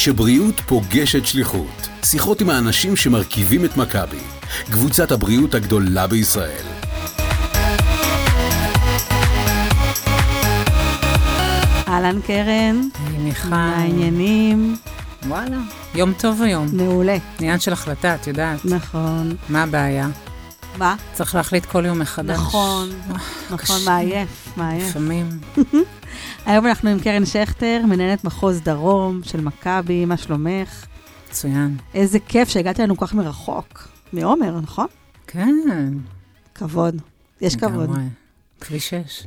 כשבריאות פוגשת שליחות. שיחות עם האנשים שמרכיבים את מכבי. קבוצת הבריאות הגדולה בישראל. אהלן קרן. מיכל. מה העניינים? וואלה, יום טוב היום. מעולה. עניין של החלטה, את יודעת. נכון. מה הבעיה? מה? צריך להחליט כל יום מחדש. נכון, נכון, מעייף. לפעמים. היום אנחנו עם קרן שכטר, מנהלת מחוז דרום של מכבי, מה שלומך? מצוין. איזה כיף שהגעתי לנו כל כך מרחוק. מעומר, נכון? כן. כבוד. יש כבוד. כביש 6.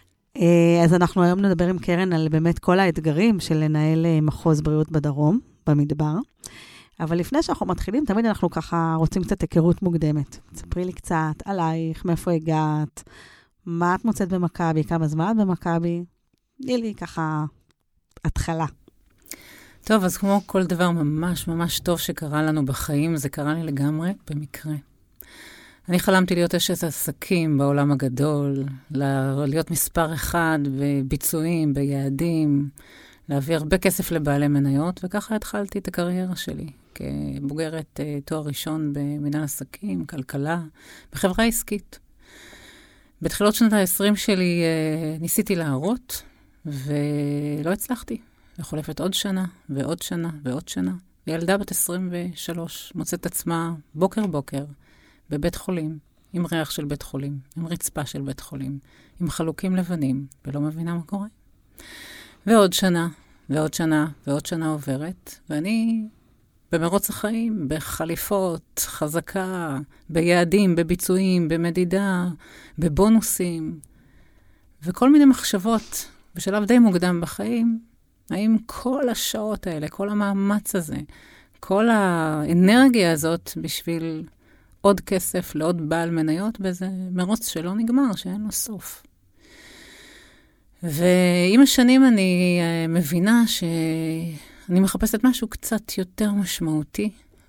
אז אנחנו היום נדבר עם קרן על באמת כל האתגרים של לנהל מחוז בריאות בדרום, במדבר. אבל לפני שאנחנו מתחילים, תמיד אנחנו ככה רוצים קצת היכרות מוקדמת. תספרי לי קצת עלייך, מאיפה הגעת, מה את מוצאת במכבי, כמה זמן במכבי. תני לי ככה התחלה. טוב, אז כמו כל דבר ממש ממש טוב שקרה לנו בחיים, זה קרה לי לגמרי במקרה. אני חלמתי להיות אשת עסקים בעולם הגדול, להיות מספר אחד בביצועים, ביעדים, להביא הרבה כסף לבעלי מניות, וככה התחלתי את הקריירה שלי, כבוגרת תואר ראשון במנהל עסקים, כלכלה, בחברה עסקית. בתחילות שנות ה-20 שלי ניסיתי להראות, ולא הצלחתי. וחולפת עוד שנה, ועוד שנה, ועוד שנה. וילדה בת 23 מוצאת עצמה בוקר, בבית חולים, עם ריח של בית חולים, עם רצפה של בית חולים, עם חלוקים לבנים, ולא מבינה מה קורה. ועוד שנה, ועוד שנה, ועוד שנה עוברת, ואני במרוץ החיים, בחליפות, חזקה, ביעדים, בביצועים, במדידה, בבונוסים, וכל מיני מחשבות בשלב די מוקדם בחיים, האם כל השעות האלה, כל המאמץ הזה, כל האנרגיה הזאת בשביל עוד כסף לעוד בעל מניות, וזה מרוץ שלא נגמר, שאין לו סוף. ועם השנים אני מבינה שאני מחפשת משהו קצת יותר משמעותי,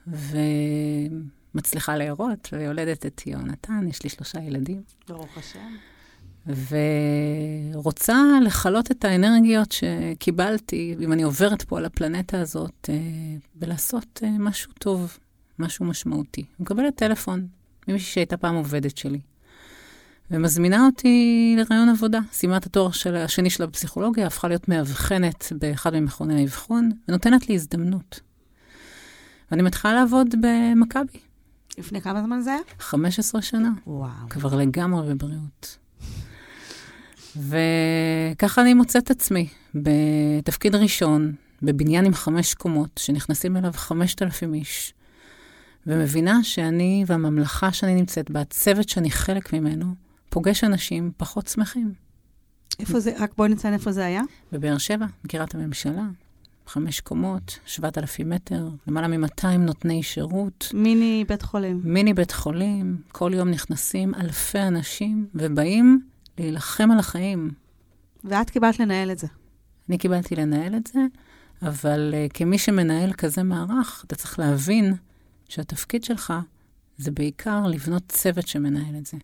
ומצליחה להירות, ויולדת את יונתן, יש לי 3 ילדים. ברוך השם. ורוצה לחלות את האנרגיות שקיבלתי, אם אני עוברת פה על הפלנטה הזאת, ולעשות משהו טוב, משהו משמעותי. אני מקבלת טלפון ממישהי שהייתה פעם עובדת שלי, ומזמינה אותי לרעיון עבודה. סיימה את התואר השני שלה בפסיכולוגיה, הפכה להיות מאבחנת באחד ממכוני האבחון, ונותנת לי הזדמנות. ואני מתחילה לעבוד במכבי. לפני כמה זמן זה היה? 15 שנה. וואו. כבר לגמרי בבריאות. וככה אני מוצאת עצמי בתפקיד ראשון, בבניין עם 5 קומות, שנכנסים אליו 5,000 איש, ומבינה שאני והממלכה שאני נמצאת בה, הצוות שאני חלק ממנו, פוגש אנשים פחות שמחים. איפה זה? רק בואי נציין איפה זה היה? בבאר שבע, מכירת הממשלה, 5 קומות, 7,000 מטר, למעלה מ-200 נותני שירות. מיני בית חולים. מיני בית חולים, כל יום נכנסים אלפי אנשים, ובאים להילחם על החיים. ואת קיבלת לנהל את זה. אני קיבלתי לנהל את זה, אבל כמי שמנהל כזה מערך, אתה צריך להבין שהתפקיד שלך זה בעיקר לבנות צוות שמנהל את זה.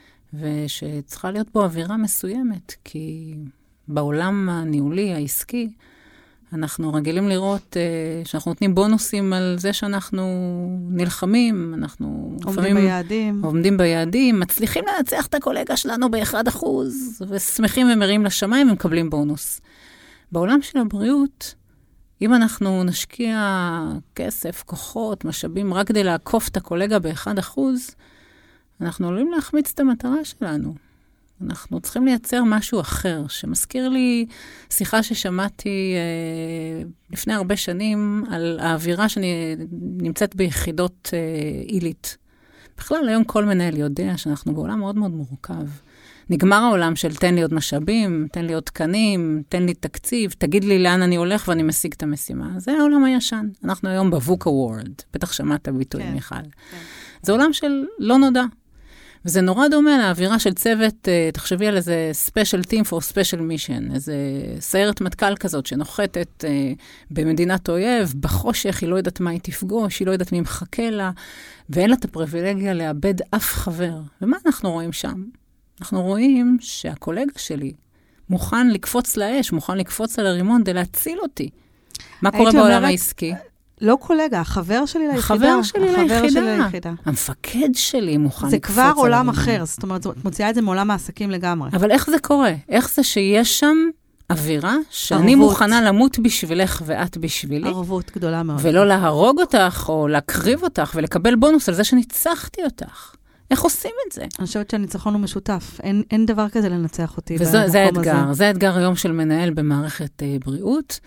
ושצריכה להיות בו אווירה מסוימת, כי בעולם הניהולי, העסקי, אנחנו רגילים לראות שאנחנו נותנים בונוסים על זה שאנחנו נלחמים, אנחנו עומדים ביעדים, מצליחים לנצח את הקולגה שלנו ב1%, ושמחים ומרים לשמיים ומקבלים בונוס. בעולם של הבריאות, אם אנחנו נשקיע כסף, כוחות, משאבים, רק כדי לעקוף את הקולגה ב1%, אנחנו עלולים להחמיץ את המטרה שלנו. אנחנו צריכים לייצר משהו אחר, שמזכיר לי שיחה ששמעתי לפני הרבה שנים, על האווירה שאני נמצאת ביחידות עילית. בכלל, היום כל מנהל יודע שאנחנו בעולם מאוד מאוד מורכב. נגמר העולם של תן לי עוד משאבים, תן לי עוד תקנים, תן לי תקציב, תגיד לי לאן אני הולך ואני משיג את המשימה. זה העולם הישן. אנחנו היום בבוק אוורד, בטח שמעת ביטוי, כן, מיכל. כן. זה עולם של לא נודע. וזה נורא דומה לאווירה של צוות, תחשבי על איזה special team for special mission, איזה סיירת מטכ"ל כזאת שנוחתת במדינת אויב, בחושך, היא לא יודעת מה היא תפגוש, היא לא יודעת מי מחכה לה, ואין לה את הפריבילגיה לאבד אף חבר. ומה אנחנו רואים שם? אנחנו רואים שהקולגה שלי מוכן לקפוץ לאש, מוכן לקפוץ על הרימון כדי להציל אותי. מה קורה בעולם העסקי? לא קולגה, החבר שלי ליחידה. החבר שלי ליחידה. המפקד שלי מוכן זה כבר עולם אחר, זאת אומרת, את מוציאה את זה מעולם העסקים לגמרי. אבל איך זה קורה? איך זה שיש שם אווירה שאני מוכנה למות בשבילך ואת בשבילי? ערבות גדולה מאוד. ולא להרוג אותך או להקריב אותך ולקבל בונוס על זה שניצחתי אותך. איך עושים את זה? אני חושבת שהניצחון הוא משותף. אין דבר כזה לנצח אותי במקום הזה. זה האתגר היום של מנהל במערכת בריאות,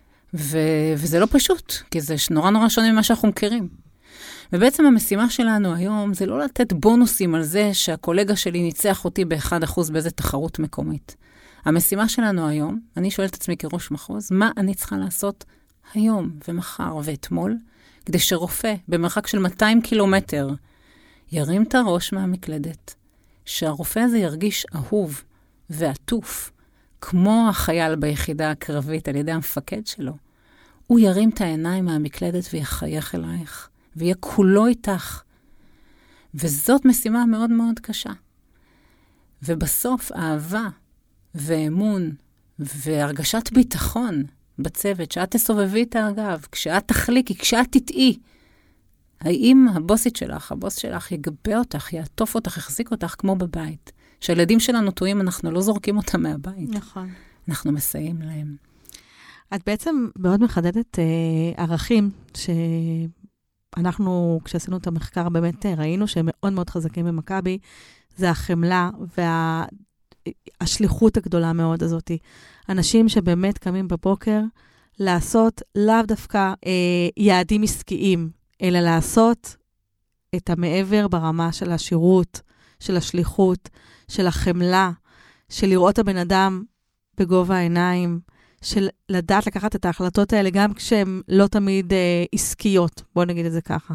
וזה לא פשוט, כי זה נורא שונה ממה שאנחנו מכירים. ובעצם המשימה שלנו היום זה לא לתת בונוסים על זה שהקולגה שלי ניצח אותי ב1% באיזה תחרות מקומית. המשימה שלנו היום, אני שואלת את עצמי כראש מחוז, מה אני צריכה לעשות היום ומחר ואתמול, כדי שרופא במרחק של 200 קילומטר ירים את הראש מהמקלדת, שהרופא הזה ירגיש אהוב ועטוף, כמו החייל ביחידה הקרבית על ידי המפקד שלו. הוא ירים את העיניים מהמקלדת ויחייך אלייך, ויהיה כולו איתך. וזאת משימה מאוד מאוד קשה. ובסוף אהבה ואמון והרגשת ביטחון בצוות, שאת תסובבי את האגב, כשאת תחליקי, כשאת תטעי, האם הבוסית שלך, הבוס שלך יגבה אותך, יעטוף אותך, יחזיק אותך כמו בבית. שהילדים שלנו טועים, אנחנו לא זורקים אותם מהבית. נכון. אנחנו מסייעים להם. את בעצם מאוד מחדדת ערכים שאנחנו, כשעשינו את המחקר, באמת ראינו שהם מאוד מאוד חזקים במכבי, זה החמלה והשליחות הגדולה מאוד הזאת. אנשים שבאמת קמים בבוקר לעשות לאו דווקא יעדים עסקיים, אלא לעשות את המעבר ברמה של השירות, של השליחות, של החמלה, של לראות הבן אדם בגובה העיניים, של לדעת לקחת את ההחלטות האלה, גם כשהן לא תמיד עסקיות, בואו נגיד את זה ככה.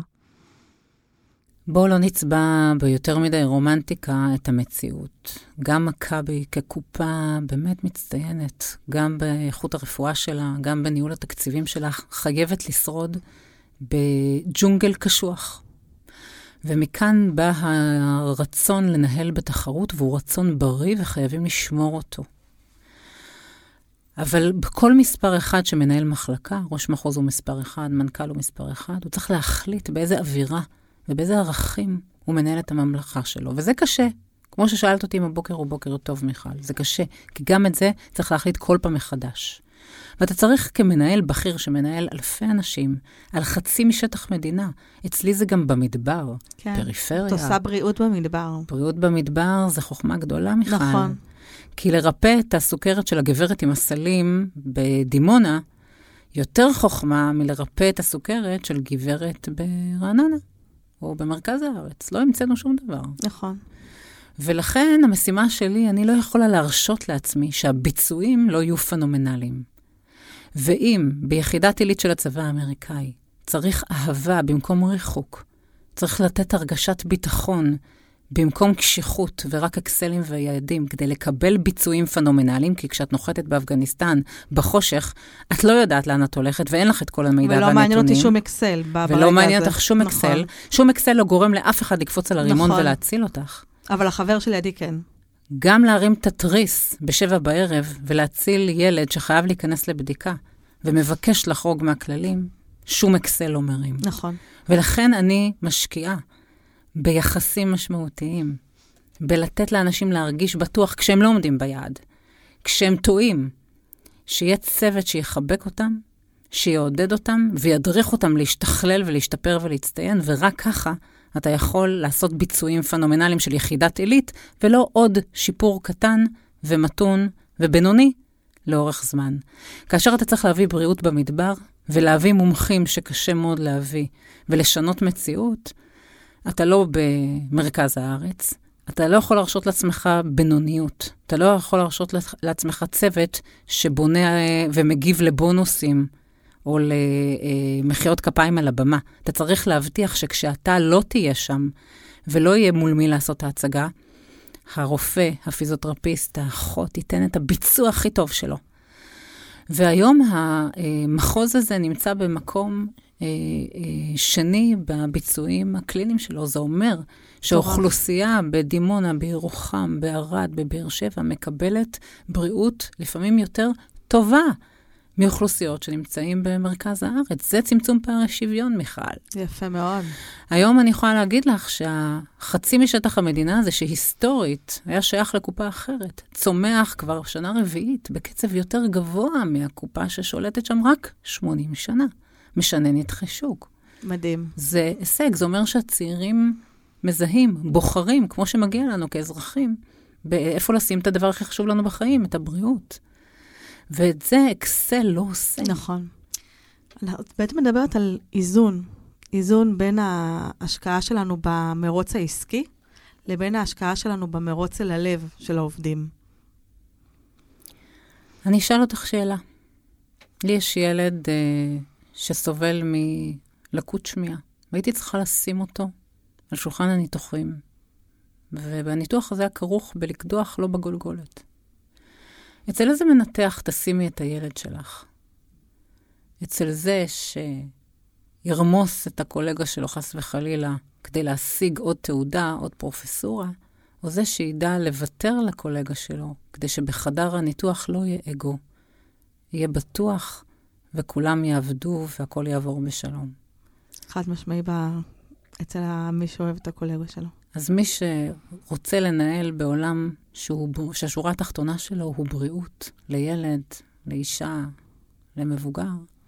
בואו לא נצבע ביותר מדי רומנטיקה את המציאות. גם מכבי כקופה באמת מצטיינת, גם באיכות הרפואה שלה, גם בניהול התקציבים שלה, חייבת לשרוד בג'ונגל קשוח. ומכאן בא הרצון לנהל בתחרות, והוא רצון בריא וחייבים לשמור אותו. אבל בכל מספר אחד שמנהל מחלקה, ראש מחוז הוא מספר אחד, מנכ"ל הוא מספר אחד, הוא צריך להחליט באיזה אווירה ובאיזה ערכים הוא מנהל את הממלכה שלו. וזה קשה. כמו ששאלת אותי אם הבוקר הוא בוקר טוב, מיכל. זה קשה, כי גם את זה צריך להחליט כל פעם מחדש. ואתה צריך כמנהל בכיר שמנהל אלפי אנשים על חצי משטח מדינה. אצלי זה גם במדבר, כן. פריפריה. את עושה בריאות במדבר. בריאות במדבר זה חוכמה גדולה, מיכל. נכון. כי לרפא את הסוכרת של הגברת עם הסלים בדימונה, יותר חוכמה מלרפא את הסוכרת של גברת ברעננה, או במרכז הארץ. לא המצאנו שום דבר. נכון. ולכן המשימה שלי, אני לא יכולה להרשות לעצמי שהביצועים לא יהיו פנומנליים. ואם ביחידת עילית של הצבא האמריקאי צריך אהבה במקום ריחוק, צריך לתת הרגשת ביטחון במקום קשיחות ורק אקסלים ויעדים, כדי לקבל ביצועים פנומנליים, כי כשאת נוחתת באפגניסטן, בחושך, את לא יודעת לאן את הולכת, ואין לך את כל המידע והנתונים. ולא מעניין אותי שום אקסל ברגע הזה. ולא מעניין אותך שום אקסל. שום אקסל לא גורם לאף אחד לקפוץ על הרימון ולהציל אותך. אבל החבר שלידי כן. גם להרים את התריס ב7 בערב, ולהציל ילד שחייב להיכנס לבדיקה, ומבקש לחרוג מהכללים, שום אקסל לא מרים. נכון. ולכן אני משקיעה ביחסים משמעותיים, בלתת לאנשים להרגיש בטוח כשהם לא עומדים ביעד, כשהם טועים, שיהיה צוות שיחבק אותם, שיעודד אותם, וידריך אותם להשתכלל ולהשתפר ולהצטיין, ורק ככה אתה יכול לעשות ביצועים פנומנליים של יחידת עילית, ולא עוד שיפור קטן ומתון ובינוני לאורך זמן. כאשר אתה צריך להביא בריאות במדבר, ולהביא מומחים שקשה מאוד להביא, ולשנות מציאות, אתה לא במרכז הארץ, אתה לא יכול להרשות לעצמך בינוניות, אתה לא יכול להרשות לעצמך צוות שבונה ומגיב לבונוסים, או למחיאות כפיים על הבמה. אתה צריך להבטיח שכשאתה לא תהיה שם, ולא יהיה מול מי לעשות ההצגה, הרופא, הפיזיותרפיסט, האחות, ייתן את הביצוע הכי טוב שלו. והיום המחוז הזה נמצא במקום שני בביצועים הקליניים שלו. זה אומר שהאוכלוסייה בדימונה, בירוחם, בערד, בבאר שבע, מקבלת בריאות לפעמים יותר טובה מאוכלוסיות שנמצאים במרכז הארץ. זה צמצום פערי שוויון, מיכל. יפה מאוד. היום אני יכולה להגיד לך שהחצי משטח המדינה הזה, שהיסטורית היה שייך לקופה אחרת, צומח כבר שנה רביעית בקצב יותר גבוה מהקופה ששולטת שם רק 80 שנה. משנה נתחי שוק. מדהים. זה הישג, זה אומר שהצעירים מזהים, בוחרים, כמו שמגיע לנו כאזרחים, באיפה לשים את הדבר הכי חשוב לנו בחיים, את הבריאות. ואת זה אקסל לא עושה. נכון. את בעצם מדברת על איזון. איזון בין ההשקעה שלנו במרוץ העסקי, לבין ההשקעה שלנו במרוץ אל הלב של העובדים. אני אשאל אותך שאלה. לי יש ילד שסובל מלקות שמיעה, והייתי צריכה לשים אותו על שולחן הניתוחים. ובניתוח הזה היה כרוך בלקדוח לא בגולגולת. אצל איזה מנתח תשימי את הילד שלך? אצל זה שירמוס את הקולגה שלו חס וחלילה כדי להשיג עוד תעודה, עוד פרופסורה, או זה שידע לוותר לקולגה שלו כדי שבחדר הניתוח לא יהיה אגו, יהיה בטוח וכולם יעבדו והכל יעבור בשלום. חד משמעי אצל מי שאוהב את הקולגה שלו. אז מי שרוצה לנהל בעולם שהשורה התחתונה שלו הוא בריאות לילד, לאישה, למבוגר,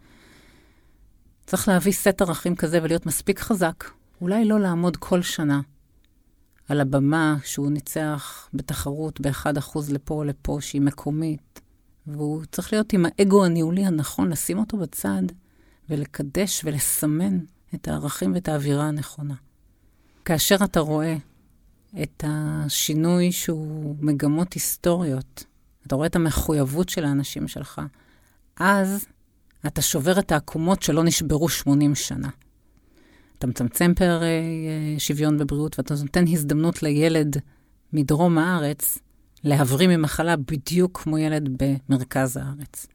צריך להביא סט ערכים כזה ולהיות מספיק חזק. אולי לא לעמוד כל שנה על הבמה שהוא ניצח בתחרות ב1% לפה או לפה שהיא מקומית, והוא צריך להיות עם האגו הניהולי הנכון, לשים אותו בצד ולקדש ולסמן את הערכים ואת האווירה הנכונה. כאשר אתה רואה את השינוי שהוא מגמות היסטוריות, אתה רואה את המחויבות של האנשים שלך, אז אתה שובר את העקומות שלא נשברו 80 שנה. אתה מצמצם פערי שוויון בבריאות, ואתה נותן הזדמנות לילד מדרום הארץ להבריא ממחלה בדיוק כמו ילד במרכז הארץ.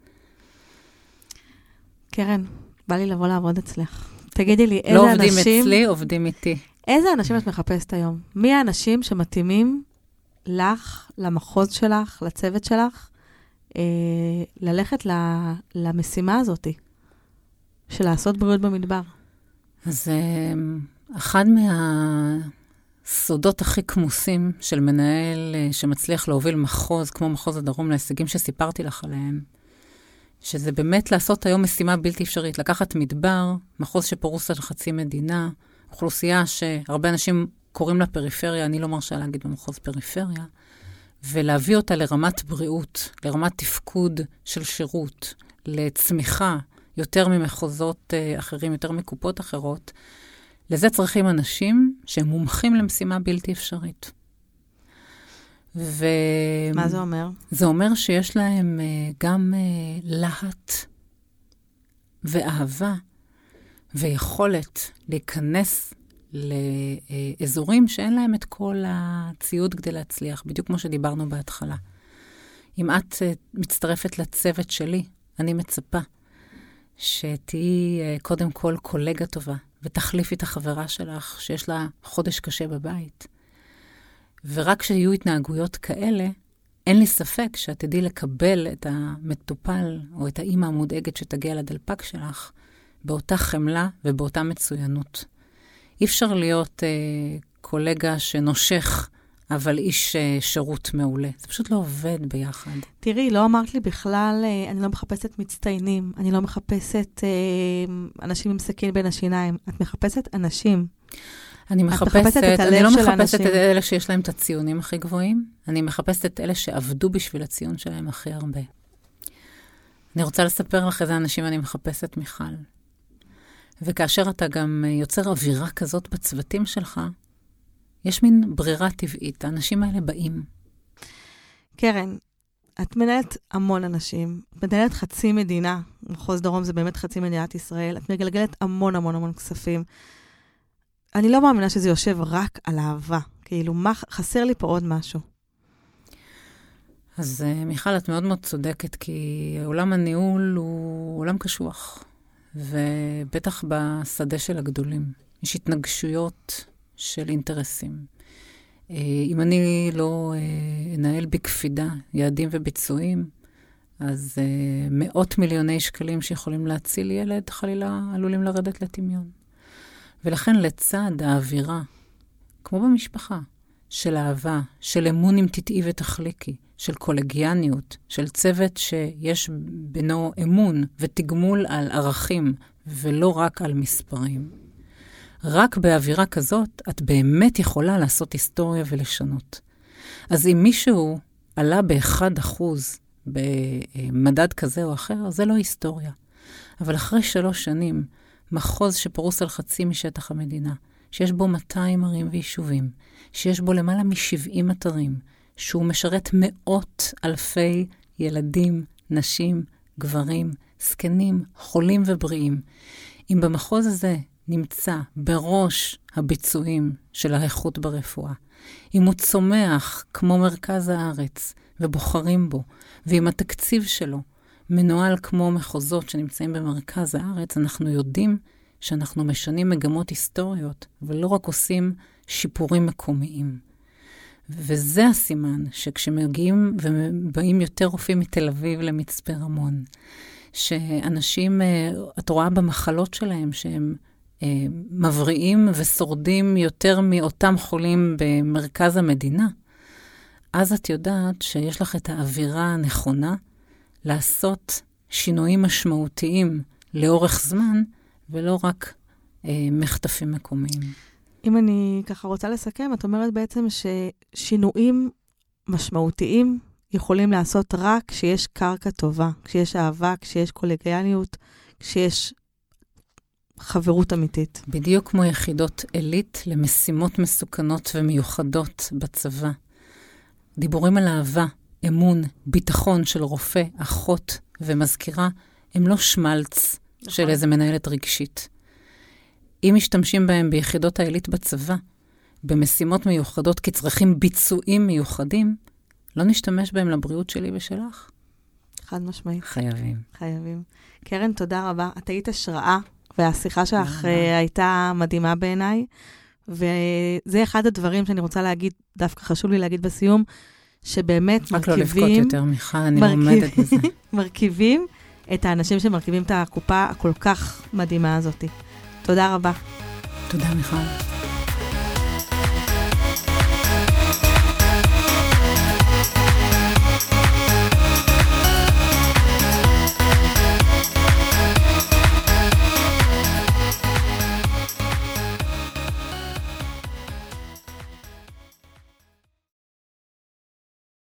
קרן, בא לי לבוא לעבוד אצלך. תגידי לי, איזה לא אנשים... עובדים אצלי, עובדים איתי. איזה אנשים את מחפשת היום? מי האנשים שמתאימים לך, למחוז שלך, לצוות שלך, ללכת למשימה הזאת, של לעשות בריאות במדבר? אז אחד מהסודות הכי כמוסים של מנהל שמצליח להוביל מחוז, כמו מחוז הדרום, להישגים שסיפרתי לך עליהם, שזה באמת לעשות היום משימה בלתי אפשרית, לקחת מדבר, מחוז שפרוס על חצי מדינה, אוכלוסייה שהרבה אנשים קוראים לה פריפריה, אני לא מרשה להגיד במחוז פריפריה, ולהביא אותה לרמת בריאות, לרמת תפקוד של שירות, לצמיחה, יותר ממחוזות אחרים, יותר מקופות אחרות. לזה צריכים אנשים שהם מומחים למשימה בלתי אפשרית. מה זה אומר? זה אומר שיש להם גם להט ואהבה ויכולת להיכנס לאזורים שאין להם את כל הציוד כדי להצליח, בדיוק כמו שדיברנו בהתחלה. אם את מצטרפת לצוות שלי, אני מצפה שתהי קודם כל קולגה טובה, ותחליפי את החברה שלך שיש לה חודש קשה בבית. ורק כשיהיו התנהגויות כאלה, אין לי ספק שאת תדעי לקבל את המטופל או את האמא המודאגת שתגיע לדלפק שלך, באותה חמלה ובאותה מצוינות. אי אפשר להיות קולגה שנושך, אבל איש שירות מעולה. זה פשוט לא עובד ביחד. תראי, לא אמרת לי בכלל, אני לא מחפשת מצטיינים, אני לא מחפשת אנשים עם סכין בין השיניים. את מחפשת אנשים. אני לא מחפשת את אלה שיש להם את הציונים הכי גבוהים, אני מחפשת את אלה שעבדו בשביל הציון שלהם הכי הרבה. אני רוצה לספר לך איזה אנשים אני מחפשת, מיכל. וכאשר אתה גם יוצר אווירה כזאת בצוותים שלך, יש מין ברירה טבעית. האנשים האלה באים. קרן, את מנהלת המון אנשים. את מנהלת חצי מדינה. מחוז דרום זה באמת חצי מדינת ישראל. את מגלגלת המון המון המון כספים. אני לא מאמינה שזה יושב רק על אהבה. כאילו, חסר לי פה עוד משהו. אז מיכל, את מאוד מאוד צודקת, כי עולם הניהול הוא עולם קשוח. ובטח בשדה של הגדולים. יש התנגשויות של אינטרסים. אם אני לא אנהל בקפידה יעדים וביצועים, אז מאות מיליוני שקלים שיכולים להציל ילד, חלילה עלולים לרדת לטמיון. ולכן לצד האווירה, כמו במשפחה, של אהבה, של אמון אם תטעי ותחליקי, של קולגיאניות, של צוות שיש בינו אמון ותגמול על ערכים, ולא רק על מספרים. רק באווירה כזאת, את באמת יכולה לעשות היסטוריה ולשנות. אז אם מישהו עלה ב1% במדד כזה או אחר, זה לא היסטוריה. אבל אחרי 3 שנים, מחוז שפרוס על חצי משטח המדינה, שיש בו 200 ערים ויישובים, שיש בו למעלה מ70 אתרים, שהוא משרת מאות אלפי ילדים, נשים, גברים, זקנים, חולים ובריאים. אם במחוז הזה נמצא בראש הביצועים של האיכות ברפואה, אם הוא צומח כמו מרכז הארץ ובוחרים בו, ואם התקציב שלו מנוהל כמו מחוזות שנמצאים במרכז הארץ, אנחנו יודעים שאנחנו משנים מגמות היסטוריות, ולא רק עושים שיפורים מקומיים. וזה הסימן שכשמגיעים ובאים יותר רופאים מתל אביב למצפה רמון, שאנשים, את רואה במחלות שלהם שהם מבריאים ושורדים יותר מאותם חולים במרכז המדינה, אז את יודעת שיש לך את האווירה הנכונה לעשות שינויים משמעותיים לאורך זמן, ולא רק מחטפים מקומיים. אם אני ככה רוצה לסכם, את אומרת בעצם ששינויים משמעותיים יכולים לעשות רק כשיש קרקע טובה, כשיש אהבה, כשיש קולגיאליות, כשיש חברות אמיתית. בדיוק כמו יחידות עילית למשימות מסוכנות ומיוחדות בצבא. דיבורים על אהבה, אמון, ביטחון של רופא, אחות ומזכירה, הם לא שמלץ של איזה מנהלת רגשית. אם משתמשים בהם ביחידות העילית בצבא, במשימות מיוחדות כי צריכים ביצועים מיוחדים, לא נשתמש בהם לבריאות שלי ושלך? חד משמעית. חייבים. קרן, תודה רבה. את היית השראה, והשיחה שלך הייתה מדהימה בעיניי, וזה אחד הדברים שאני רוצה להגיד, דווקא חשוב לי להגיד בסיום, שבאמת רק לא לבכות יותר, מיכל, אני עומדת בזה. מרכיבים את האנשים שמרכיבים את הקופה הכל כך מדהימה הזאת. תודה רבה. תודה, מיכל.